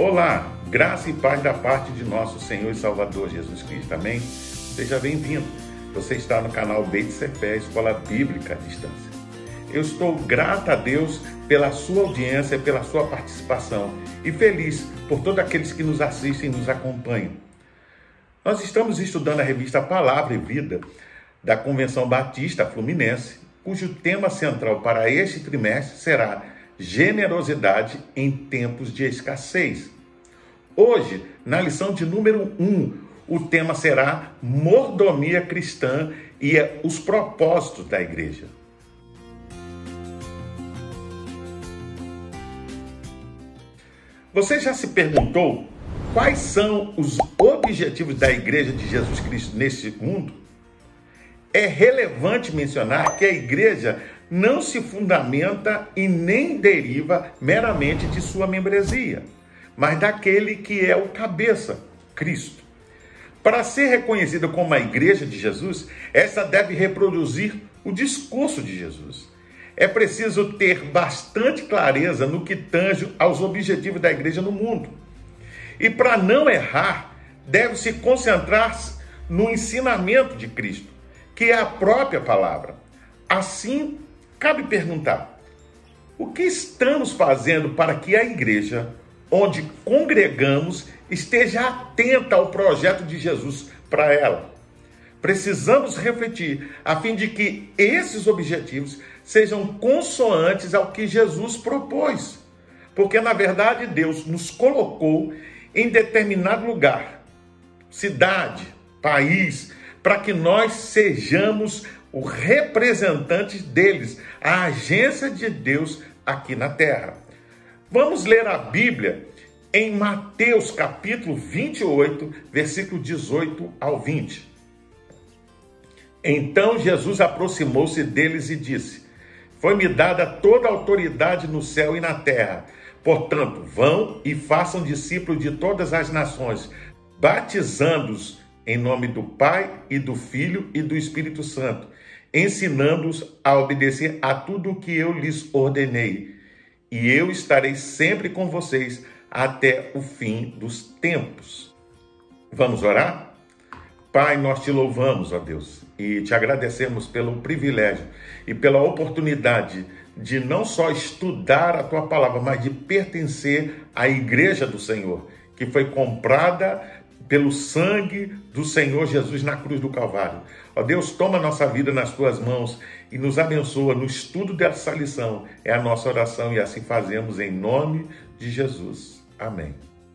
Olá, graça e paz da parte de nosso Senhor e Salvador Jesus Cristo, amém? Seja bem-vindo. Você está no canal Beit Sefer, Escola Bíblica à Distância. Eu estou grato a Deus pela sua audiência, pela sua participação e feliz por todos aqueles que nos assistem e nos acompanham. Nós estamos estudando a revista Palavra e Vida da Convenção Batista Fluminense, cujo tema central para este trimestre será generosidade em tempos de escassez. Hoje, na lição de número 1, o tema será mordomia cristã e os propósitos da igreja. Você já se perguntou quais são os objetivos da igreja de Jesus Cristo neste mundo? É relevante mencionar que a igreja não se fundamenta e nem deriva meramente de sua membresia, mas daquele que é o cabeça, Cristo. Para ser reconhecida como a igreja de Jesus, essa deve reproduzir o discurso de Jesus. É preciso ter bastante clareza no que tange aos objetivos da igreja no mundo. E para não errar, deve-se concentrar no ensinamento de Cristo, que é a própria palavra. Assim, cabe perguntar: o que estamos fazendo para que a igreja, onde congregamos, esteja atenta ao projeto de Jesus para ela? Precisamos refletir a fim de que esses objetivos sejam consoantes ao que Jesus propôs. Porque, na verdade, Deus nos colocou em determinado lugar, cidade, país, para que nós sejamos os representantes deles, a agência de Deus aqui na terra. Vamos ler a Bíblia em Mateus capítulo 28, versículo 18 ao 20. Então Jesus aproximou-se deles e disse: foi-me dada toda a autoridade no céu e na terra. Portanto, vão e façam discípulos de todas as nações, batizando-os em nome do Pai e do Filho e do Espírito Santo, ensinando-os a obedecer a tudo o que eu lhes ordenei. E eu estarei sempre com vocês até o fim dos tempos. Vamos orar? Pai, nós te louvamos, ó Deus, e te agradecemos pelo privilégio e pela oportunidade de não só estudar a tua palavra, mas de pertencer à igreja do Senhor, que foi comprada pelo sangue do Senhor Jesus na cruz do Calvário. Ó Deus, toma a nossa vida nas tuas mãos e nos abençoa no estudo dessa lição. É a nossa oração e assim fazemos em nome de Jesus. Amém.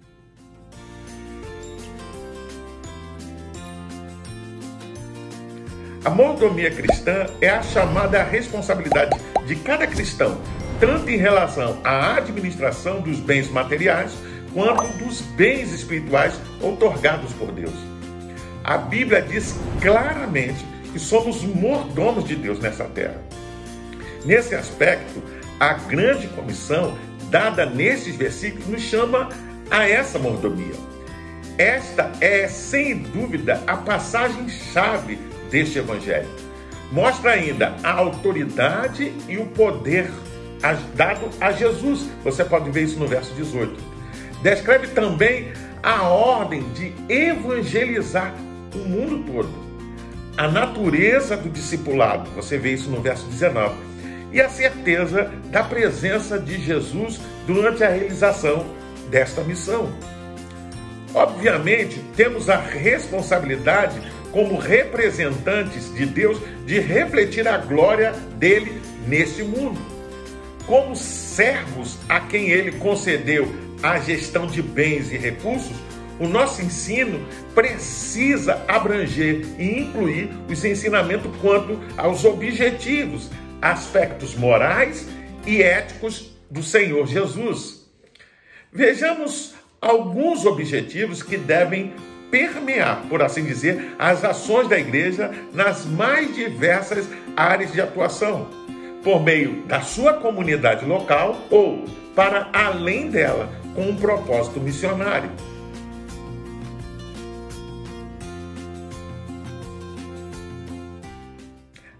A mordomia cristã é a chamada responsabilidade de cada cristão, tanto em relação à administração dos bens materiais, quanto dos bens espirituais outorgados por Deus. A Bíblia diz claramente que somos mordomos de Deus nessa terra. Nesse aspecto, a grande comissão dada nesses versículos nos chama a essa mordomia. Esta é, sem dúvida, a passagem-chave deste evangelho. Mostra ainda a autoridade e o poder dado a Jesus. Você pode ver isso no verso 18. Descreve também a ordem de evangelizar o mundo todo. A natureza do discipulado, você vê isso no verso 19. E a certeza da presença de Jesus durante a realização desta missão. Obviamente, temos a responsabilidade como representantes de Deus de refletir a glória dele nesse mundo. Como servos a quem ele concedeu a gestão de bens e recursos, o nosso ensino precisa abranger e incluir os ensinamentos quanto aos objetivos, aspectos morais e éticos do Senhor Jesus. Vejamos alguns objetivos que devem permear, por assim dizer, as ações da igreja nas mais diversas áreas de atuação, por meio da sua comunidade local ou para além dela, com um propósito missionário.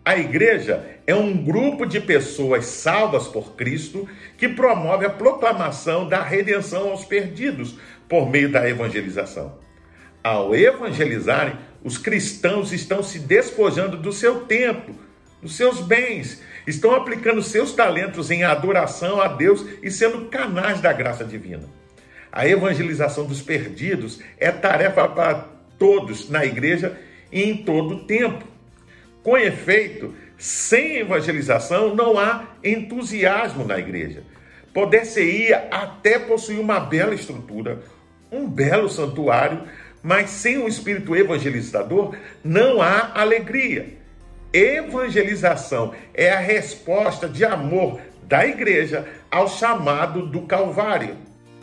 A igreja é um grupo de pessoas salvas por Cristo que promove a proclamação da redenção aos perdidos por meio da evangelização. Ao evangelizarem, os cristãos estão se despojando do seu tempo, dos seus bens, estão aplicando seus talentos em adoração a Deus e sendo canais da graça divina. A evangelização dos perdidos é tarefa para todos na igreja e em todo o tempo. Com efeito, sem evangelização não há entusiasmo na igreja. Poder-se-ia até possuir uma bela estrutura, um belo santuário, mas sem um espírito evangelizador não há alegria. Evangelização é a resposta de amor da igreja ao chamado do Calvário.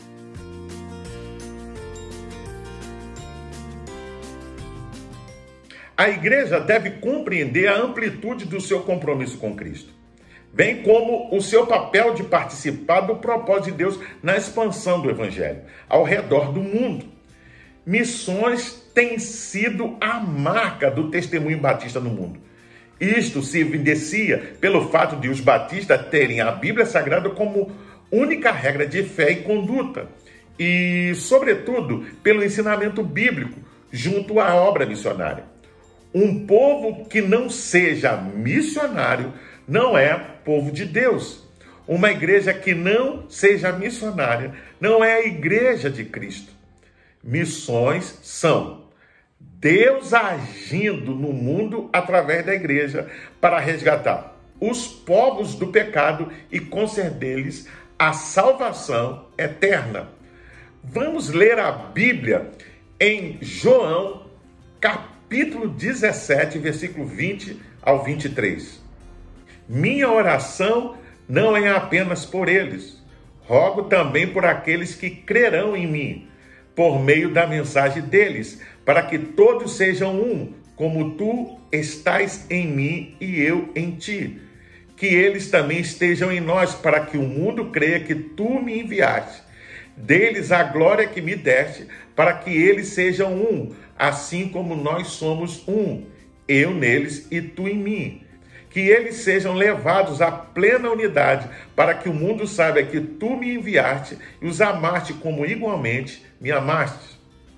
A igreja deve compreender a amplitude do seu compromisso com Cristo, bem como o seu papel de participar do propósito de Deus na expansão do evangelho ao redor do mundo. Missões têm sido a marca do testemunho batista no mundo. Isto se evidencia pelo fato de os batistas terem a Bíblia Sagrada como única regra de fé e conduta, e, sobretudo, pelo ensinamento bíblico junto à obra missionária. Um povo que não seja missionário não é povo de Deus. Uma igreja que não seja missionária não é a igreja de Cristo. Missões são Deus agindo no mundo através da igreja para resgatar os povos do pecado e conceder-lhes a salvação eterna. Vamos ler a Bíblia em João, capítulo 17, versículo 20 ao 23. Minha oração não é apenas por eles, rogo também por aqueles que crerão em mim, por meio da mensagem deles, para que todos sejam um, como tu estás em mim e eu em ti. Que eles também estejam em nós, para que o mundo creia que tu me enviaste. Deles a glória que me deste, para que eles sejam um, assim como nós somos um, eu neles e tu em mim. Que eles sejam levados à plena unidade, para que o mundo saiba que tu me enviaste e os amaste como igualmente me amaste.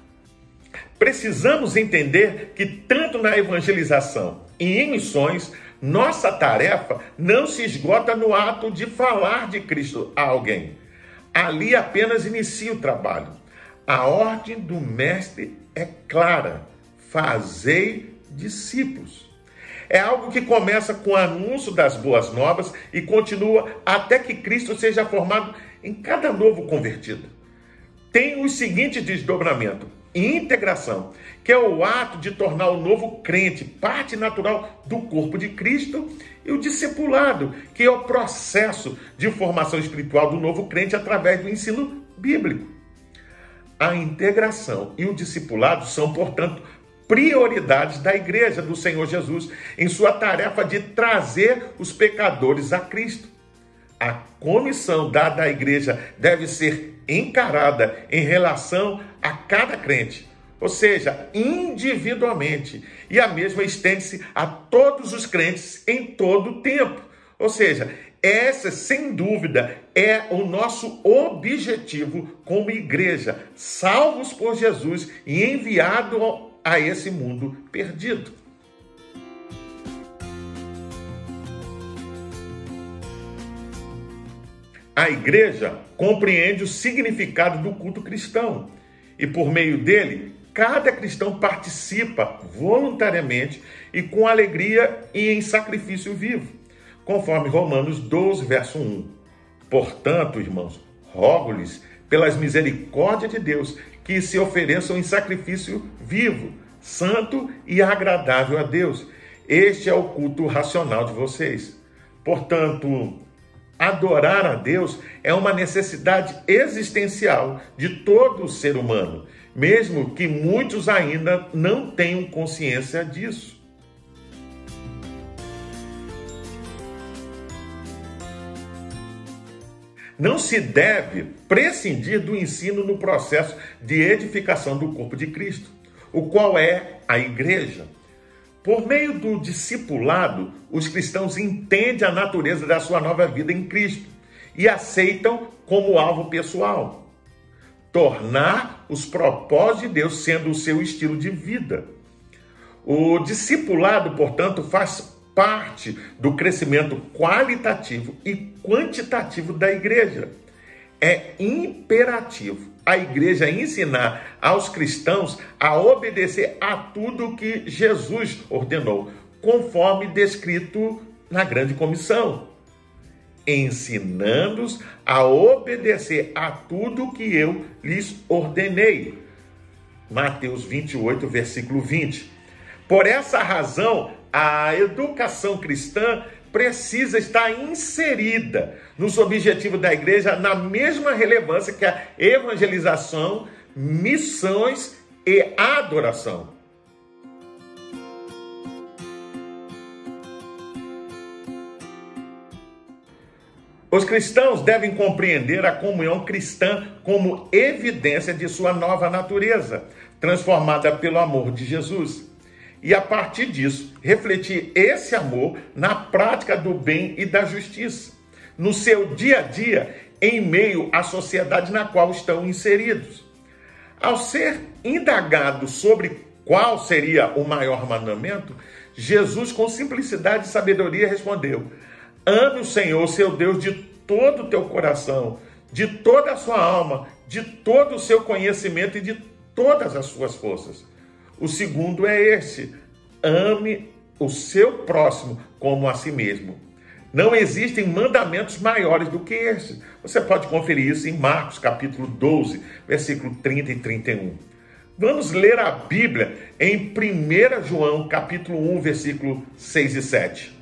Precisamos entender que tanto na evangelização e em missões, nossa tarefa não se esgota no ato de falar de Cristo a alguém. Ali apenas inicia o trabalho. A ordem do mestre é clara: fazei discípulos. É algo que começa com o anúncio das boas novas e continua até que Cristo seja formado em cada novo convertido. Tem os seguintes desdobramentos: integração, que é o ato de tornar o novo crente parte natural do corpo de Cristo, e o discipulado, que é o processo de formação espiritual do novo crente através do ensino bíblico. A integração e o discipulado são, portanto, prioridades da igreja do Senhor Jesus em sua tarefa de trazer os pecadores a Cristo. A comissão dada à igreja deve ser encarada em relação a cada crente, ou seja, individualmente, e a mesma estende-se a todos os crentes em todo o tempo. Ou seja, essa, sem dúvida, é o nosso objetivo como igreja, salvos por Jesus e enviados a esse mundo perdido. A igreja compreende o significado do culto cristão e, por meio dele, cada cristão participa voluntariamente e com alegria e em sacrifício vivo, conforme Romanos 12, verso 1. Portanto, irmãos, rogo-lhes, pelas misericórdias de Deus, que se ofereçam em sacrifício vivo, santo e agradável a Deus. Este é o culto racional de vocês. Portanto, adorar a Deus é uma necessidade existencial de todo ser humano, mesmo que muitos ainda não tenham consciência disso. Não se deve prescindir do ensino no processo de edificação do corpo de Cristo, o qual é a igreja. Por meio do discipulado, os cristãos entendem a natureza da sua nova vida em Cristo e aceitam como alvo pessoal tornar os propósitos de Deus sendo o seu estilo de vida. O discipulado, portanto, faz parte do crescimento qualitativo e quantitativo da igreja. É imperativo a igreja ensinar aos cristãos a obedecer a tudo que Jesus ordenou, conforme descrito na grande comissão, ensinando-os a obedecer a tudo que eu lhes ordenei. Mateus 28, versículo 20. Por essa razão, a educação cristã precisa estar inserida nos objetivos da igreja na mesma relevância que a evangelização, missões e adoração. Os cristãos devem compreender a comunhão cristã como evidência de sua nova natureza, transformada pelo amor de Jesus. E a partir disso, refletir esse amor na prática do bem e da justiça, no seu dia a dia, em meio à sociedade na qual estão inseridos. Ao ser indagado sobre qual seria o maior mandamento, Jesus, com simplicidade e sabedoria, respondeu: ame o Senhor, seu Deus, de todo o teu coração, de toda a sua alma, de todo o seu conhecimento e de todas as suas forças. O segundo é esse: ame o seu próximo como a si mesmo. Não existem mandamentos maiores do que esse. Você pode conferir isso em Marcos, capítulo 12, versículo 30 e 31. Vamos ler a Bíblia em 1 João, capítulo 1, versículo 6 e 7.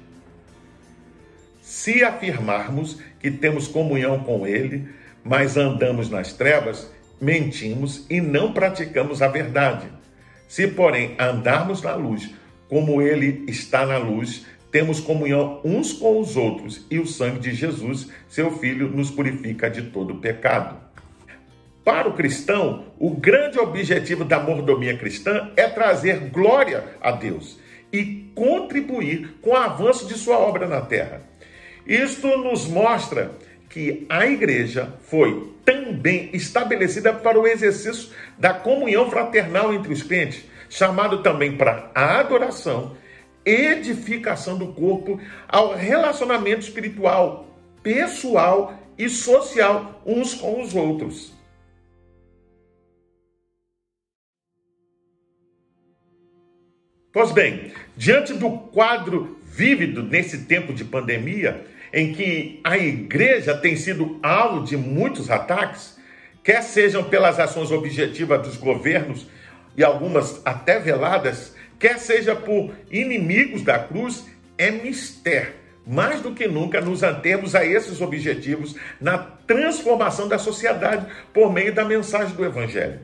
Se afirmarmos que temos comunhão com Ele, mas andamos nas trevas, mentimos e não praticamos a verdade. Se, porém, andarmos na luz, como Ele está na luz, temos comunhão uns com os outros, e o sangue de Jesus, seu Filho, nos purifica de todo pecado. Para o cristão, o grande objetivo da mordomia cristã é trazer glória a Deus e contribuir com o avanço de sua obra na terra. Isto nos mostra que a igreja foi também estabelecida para o exercício da comunhão fraternal entre os crentes, chamado também para a adoração, edificação do corpo, ao relacionamento espiritual, pessoal e social uns com os outros. Pois bem, diante do quadro vívido nesse tempo de pandemia, em que a igreja tem sido alvo de muitos ataques, quer sejam pelas ações objetivas dos governos e algumas até veladas, quer seja por inimigos da cruz, é mister, mais do que nunca, nos atermos a esses objetivos na transformação da sociedade por meio da mensagem do Evangelho.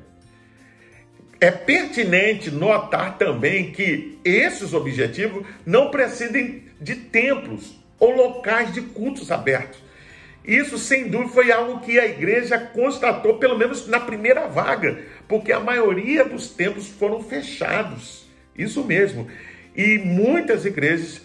É pertinente notar também que esses objetivos não prescindem de templos ou locais de cultos abertos. Isso, sem dúvida, foi algo que a igreja constatou, pelo menos na primeira vaga, porque a maioria dos templos foram fechados. Isso mesmo. E muitas igrejas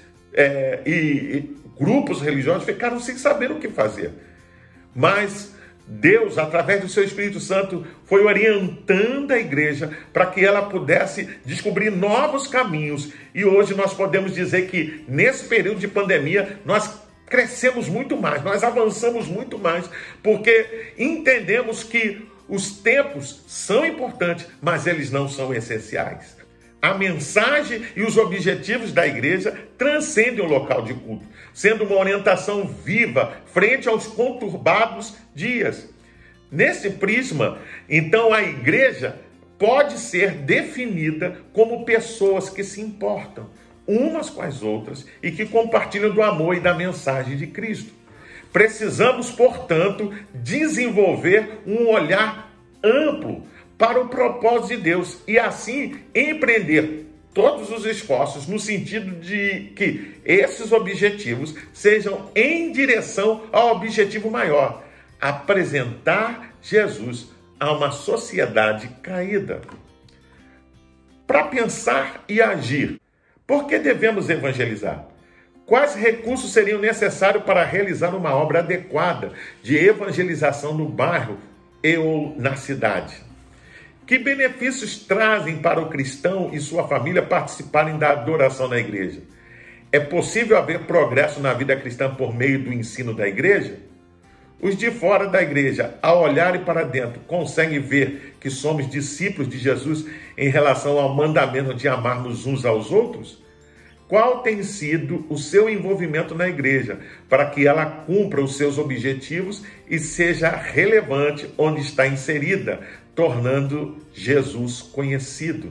e grupos religiosos ficaram sem saber o que fazer. Mas Deus, através do seu Espírito Santo, foi orientando a igreja para que ela pudesse descobrir novos caminhos. E hoje nós podemos dizer que, nesse período de pandemia, nós crescemos muito mais, nós avançamos muito mais, porque entendemos que os tempos são importantes, mas eles não são essenciais. A mensagem e os objetivos da igreja transcendem o local de culto, sendo uma orientação viva frente aos conturbados dias. Nesse prisma, então, a igreja pode ser definida como pessoas que se importam umas com as outras e que compartilham do amor e da mensagem de Cristo. Precisamos, portanto, desenvolver um olhar amplo para o propósito de Deus e assim empreender todos os esforços no sentido de que esses objetivos sejam em direção ao objetivo maior: apresentar Jesus a uma sociedade caída. Para pensar e agir Por que devemos evangelizar? Quais recursos seriam necessários para realizar uma obra adequada de evangelização no bairro e ou na cidade? Que benefícios trazem para o cristão e sua família participarem da adoração na igreja? É possível haver progresso na vida cristã por meio do ensino da igreja? Os de fora da igreja, ao olharem para dentro, conseguem ver que somos discípulos de Jesus em relação ao mandamento de amarmos uns aos outros? Qual tem sido o seu envolvimento na igreja para que ela cumpra os seus objetivos e seja relevante onde está inserida, tornando Jesus conhecido?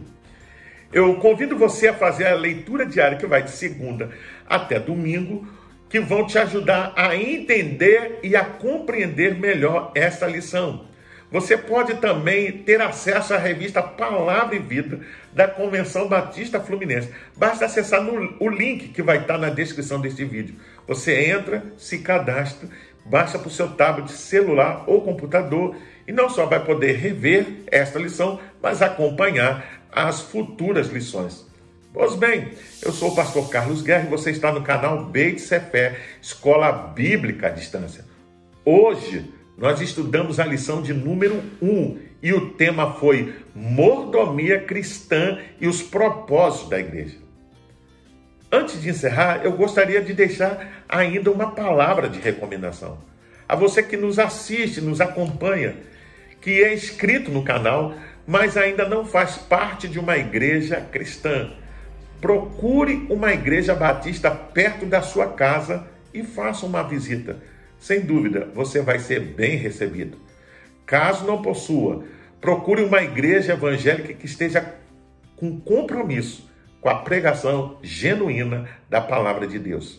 Eu convido você a fazer a leitura diária que vai de segunda até domingo, que vão te ajudar a entender e a compreender melhor esta lição. Você pode também ter acesso à revista Palavra e Vida da Convenção Batista Fluminense. Basta acessar o link que vai estar na descrição deste vídeo. Você entra, se cadastra, baixa para o seu tablet, celular ou computador e não só vai poder rever esta lição, mas acompanhar as futuras lições. Pois bem, eu sou o pastor Carlos Guerra e você está no canal Beit Sefer, Escola Bíblica à Distância. Hoje nós estudamos a lição de número 1 e o tema foi mordomia cristã e os propósitos da igreja. Antes de encerrar, eu gostaria de deixar ainda uma palavra de recomendação. A você que nos assiste, nos acompanha, que é inscrito no canal, mas ainda não faz parte de uma igreja cristã. Procure uma igreja batista perto da sua casa e faça uma visita. Sem dúvida, você vai ser bem recebido. Caso não possua, procure uma igreja evangélica que esteja com compromisso com a pregação genuína da palavra de Deus.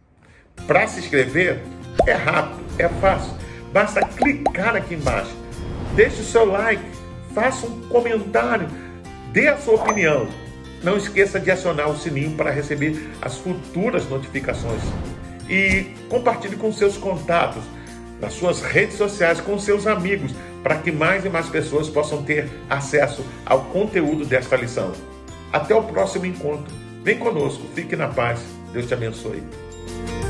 Para se inscrever, é rápido, é fácil. Basta clicar aqui embaixo. Deixe o seu like, faça um comentário, dê a sua opinião. Não esqueça de acionar o sininho para receber as futuras notificações. E compartilhe com seus contatos, nas suas redes sociais, com seus amigos, para que mais e mais pessoas possam ter acesso ao conteúdo desta lição. Até o próximo encontro. Vem conosco, fique na paz. Deus te abençoe.